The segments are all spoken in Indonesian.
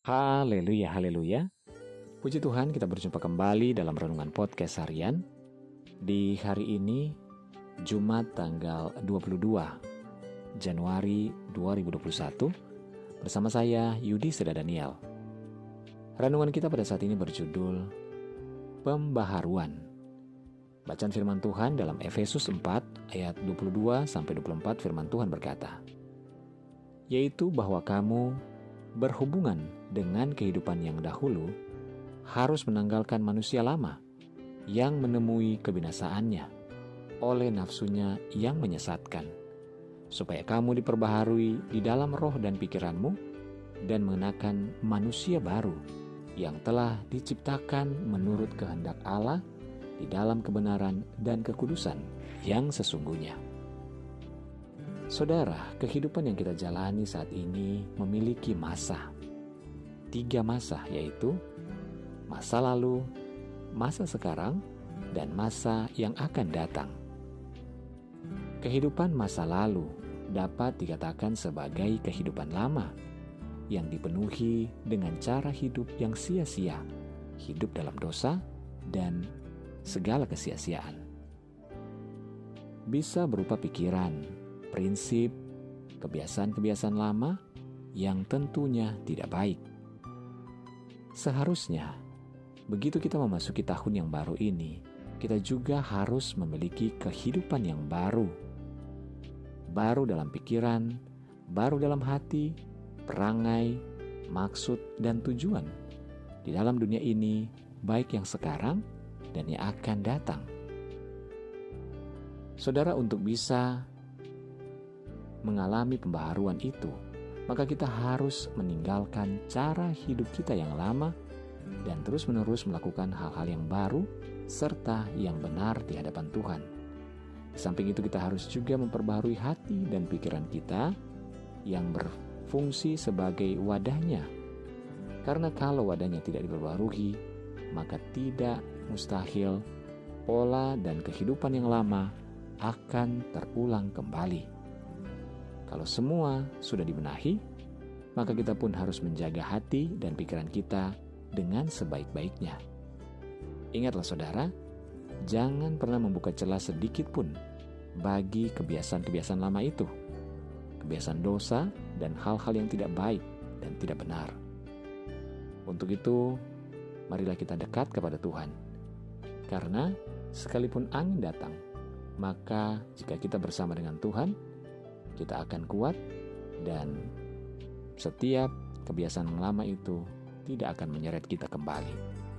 Haleluya, haleluya. Puji Tuhan, kita berjumpa kembali dalam Renungan Podcast Harian. Di hari ini, Jumat tanggal 22 Januari 2021, bersama saya Yudi Seda Daniel. Renungan kita pada saat ini berjudul Pembaharuan. Bacaan firman Tuhan dalam Efesus 4 ayat 22-24, firman Tuhan berkata, yaitu bahwa kamu berhubungan dengan kehidupan yang dahulu harus menanggalkan manusia lama yang menemui kebinasaannya oleh nafsunya yang menyesatkan, supaya kamu diperbaharui di dalam roh dan pikiranmu dan mengenakan manusia baru yang telah diciptakan menurut kehendak Allah di dalam kebenaran dan kekudusan yang sesungguhnya. Saudara, kehidupan yang kita jalani saat ini memiliki masa. 3 masa, yaitu masa lalu, masa sekarang, dan masa yang akan datang. Kehidupan masa lalu dapat dikatakan sebagai kehidupan lama yang dipenuhi dengan cara hidup yang sia-sia, hidup dalam dosa, dan segala kesia-siaan. Bisa berupa pikiran, prinsip, kebiasaan-kebiasaan lama yang tentunya tidak baik. Seharusnya, begitu kita memasuki tahun yang baru ini, kita juga harus memiliki kehidupan yang baru. Baru dalam pikiran, baru dalam hati, perangai, maksud, dan tujuan di dalam dunia ini, baik yang sekarang dan yang akan datang. Saudara, untuk bisa mengalami pembaharuan itu, maka kita harus meninggalkan cara hidup kita yang lama dan terus-menerus melakukan hal-hal yang baru serta yang benar di hadapan Tuhan. Di samping itu, kita harus juga memperbaharui hati dan pikiran kita yang berfungsi sebagai wadahnya. Karena kalau wadahnya tidak diperbaharui, maka tidak mustahil pola dan kehidupan yang lama akan terulang kembali. Kalau semua sudah dibenahi, maka kita pun harus menjaga hati dan pikiran kita dengan sebaik-baiknya. Ingatlah saudara, jangan pernah membuka celah sedikit pun bagi kebiasaan-kebiasaan lama itu, kebiasaan dosa dan hal-hal yang tidak baik dan tidak benar. Untuk itu, marilah kita dekat kepada Tuhan. Karena sekalipun angin datang, maka jika kita bersama dengan Tuhan, kita akan kuat dan setiap kebiasaan yang lama itu tidak akan menyeret kita kembali.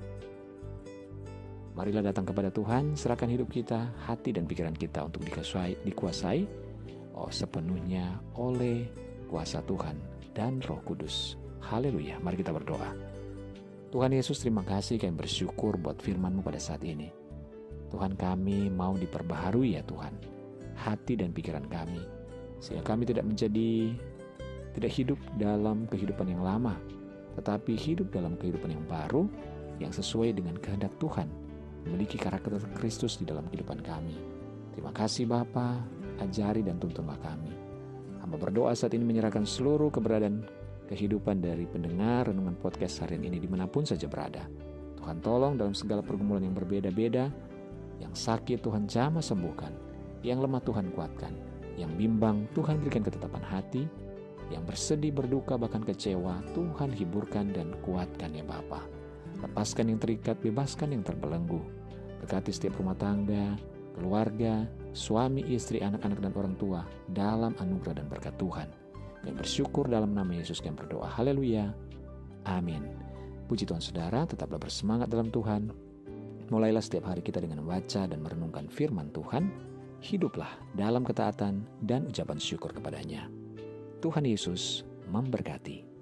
Marilah datang kepada Tuhan, serahkan hidup kita, hati dan pikiran kita untuk dikuasai sepenuhnya oleh kuasa Tuhan dan Roh Kudus. Haleluya, mari kita berdoa. Tuhan Yesus, terima kasih, kami bersyukur buat firman-Mu pada saat ini. Tuhan, kami mau diperbaharui ya Tuhan, hati dan pikiran kami, sehingga kami tidak hidup dalam kehidupan yang lama, tetapi hidup dalam kehidupan yang baru, yang sesuai dengan kehendak Tuhan, memiliki karakter Kristus di dalam kehidupan kami. Terima kasih Bapa, ajari dan tuntunlah kami. Hamba berdoa saat ini menyerahkan seluruh keberadaan kehidupan dari pendengar Renungan Podcast Harian ini dimanapun saja berada. Tuhan tolong dalam segala pergumulan yang berbeda-beda, yang sakit Tuhan jamah sembuhkan, yang lemah Tuhan kuatkan, yang bimbang Tuhan berikan ketetapan hati, yang bersedih, berduka, bahkan kecewa, Tuhan hiburkan dan kuatkan ya Bapa. Lepaskan yang terikat, bebaskan yang terbelenggu. Berkati setiap rumah tangga, keluarga, suami, istri, anak-anak, dan orang tua dalam anugerah dan berkat Tuhan. Kami bersyukur dalam nama Yesus kami berdoa. Haleluya. Amin. Puji Tuhan saudara, tetaplah bersemangat dalam Tuhan. Mulailah setiap hari kita dengan membaca dan merenungkan firman Tuhan. Hiduplah dalam ketaatan dan ucapan syukur kepadanya. Tuhan Yesus memberkati.